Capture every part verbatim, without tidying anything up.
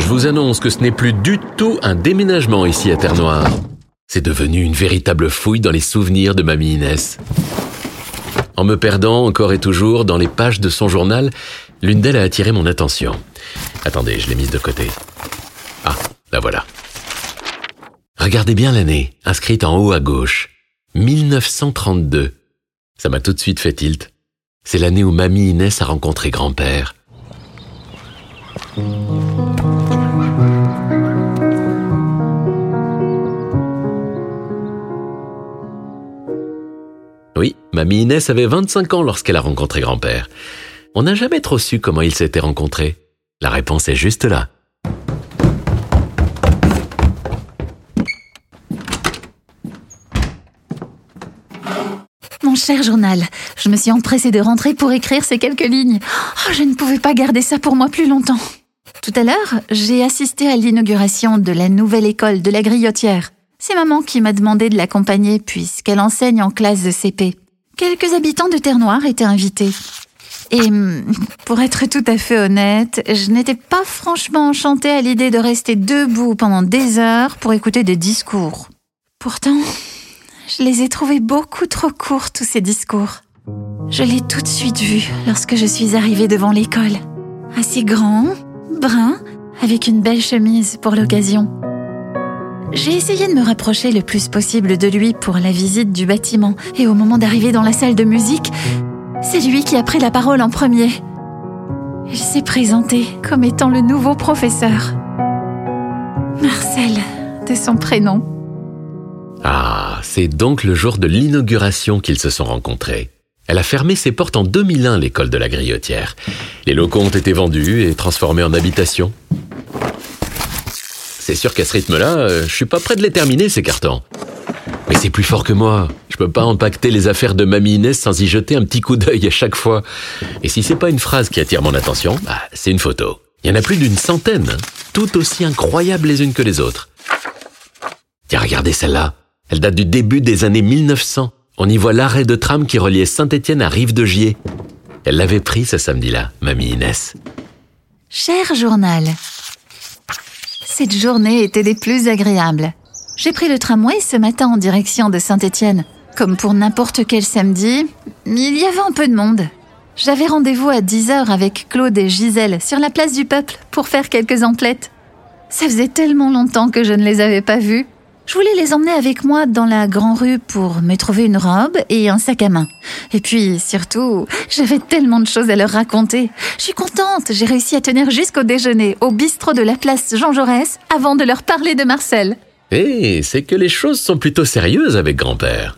Je vous annonce que ce n'est plus du tout un déménagement ici à Terre-Noire. C'est devenu une véritable fouille dans les souvenirs de Mamie Inès. En me perdant encore et toujours dans les pages de son journal, l'une d'elles a attiré mon attention. Attendez, je l'ai mise de côté. Ah, la voilà. Regardez bien l'année, inscrite en haut à gauche. mille neuf cent trente-deux. Ça m'a tout de suite fait tilt. C'est l'année où Mamie Inès a rencontré grand-père. Oui, Mamie Inès avait vingt-cinq ans lorsqu'elle a rencontré grand-père. On n'a jamais trop su comment ils s'étaient rencontrés. La réponse est juste là. Mon cher journal, je me suis empressée de rentrer pour écrire ces quelques lignes. Oh, je ne pouvais pas garder ça pour moi plus longtemps. Tout à l'heure, j'ai assisté à l'inauguration de la nouvelle école de la Griotière. C'est maman qui m'a demandé de l'accompagner puisqu'elle enseigne en classe de C P. Quelques habitants de Terre-Noire étaient invités. Et pour être tout à fait honnête, je n'étais pas franchement enchantée à l'idée de rester debout pendant des heures pour écouter des discours. Pourtant, je les ai trouvés beaucoup trop courts, tous ces discours. Je l'ai tout de suite vu lorsque je suis arrivée devant l'école. Assez grand, brun, avec une belle chemise pour l'occasion. J'ai essayé de me rapprocher le plus possible de lui pour la visite du bâtiment. Et au moment d'arriver dans la salle de musique, c'est lui qui a pris la parole en premier. Il s'est présenté comme étant le nouveau professeur. Marcel, de son prénom. Ah, c'est donc le jour de l'inauguration qu'ils se sont rencontrés. Elle a fermé ses portes en deux mille un, l'école de la Griotière. Les locaux ont été vendus et transformés en habitation. C'est sûr qu'à ce rythme-là, euh, je suis pas prêt de les terminer, ces cartons. Mais c'est plus fort que moi. Je peux pas empaqueter les affaires de Mamie Inès sans y jeter un petit coup d'œil à chaque fois. Et si c'est pas une phrase qui attire mon attention, bah, c'est une photo. Il y en a plus d'une centaine, hein, toutes aussi incroyables les unes que les autres. Tiens, regardez celle-là. Elle date du début des années mille neuf cents. On y voit l'arrêt de tram qui reliait Saint-Étienne à Rive-de-Gier. Elle l'avait pris ce samedi-là, Mamie Inès. Cher journal, cette journée était des plus agréables. J'ai pris le tramway ce matin en direction de Saint-Étienne. Comme pour n'importe quel samedi, il y avait un peu de monde. J'avais rendez-vous à dix heures avec Claude et Gisèle sur la place du Peuple pour faire quelques emplettes. Ça faisait tellement longtemps que je ne les avais pas vus. Je voulais les emmener avec moi dans la Grand Rue pour me trouver une robe et un sac à main. Et puis, surtout, j'avais tellement de choses à leur raconter. Je suis contente, j'ai réussi à tenir jusqu'au déjeuner au bistrot de la place Jean Jaurès avant de leur parler de Marcel. Eh, c'est que les choses sont plutôt sérieuses avec grand-père.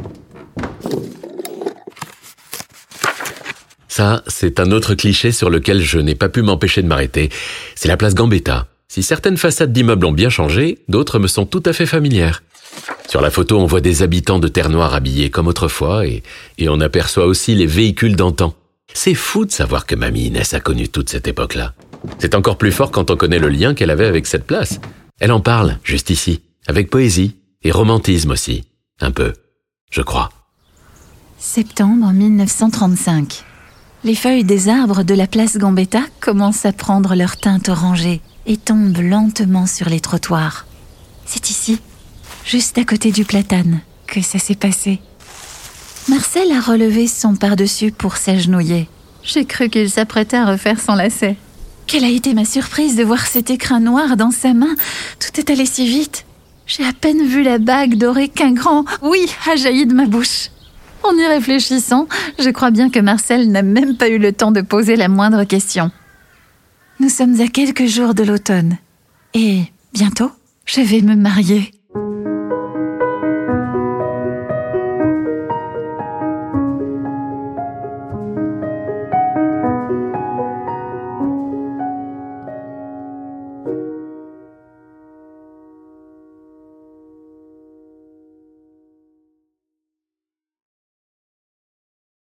Ça, c'est un autre cliché sur lequel je n'ai pas pu m'empêcher de m'arrêter. C'est la place Gambetta. Si certaines façades d'immeubles ont bien changé, d'autres me sont tout à fait familières. Sur la photo, on voit des habitants de Terre-Noire habillés comme autrefois et, et on aperçoit aussi les véhicules d'antan. C'est fou de savoir que Mamie Inès a connu toute cette époque-là. C'est encore plus fort quand on connaît le lien qu'elle avait avec cette place. Elle en parle, juste ici, avec poésie et romantisme aussi. Un peu, je crois. Septembre mille neuf cent trente-cinq. Les feuilles des arbres de la place Gambetta commencent à prendre leur teinte orangée et tombent lentement sur les trottoirs. C'est ici, juste à côté du platane, que ça s'est passé. Marcel a relevé son pardessus pour s'agenouiller. J'ai cru qu'il s'apprêtait à refaire son lacet. Quelle a été ma surprise de voir cet écrin noir dans sa main. Tout est allé si vite. J'ai à peine vu la bague dorée qu'un grand « oui » a jailli de ma bouche. En y réfléchissant, je crois bien que Marcel n'a même pas eu le temps de poser la moindre question. Nous sommes à quelques jours de l'automne. Et bientôt, je vais me marier.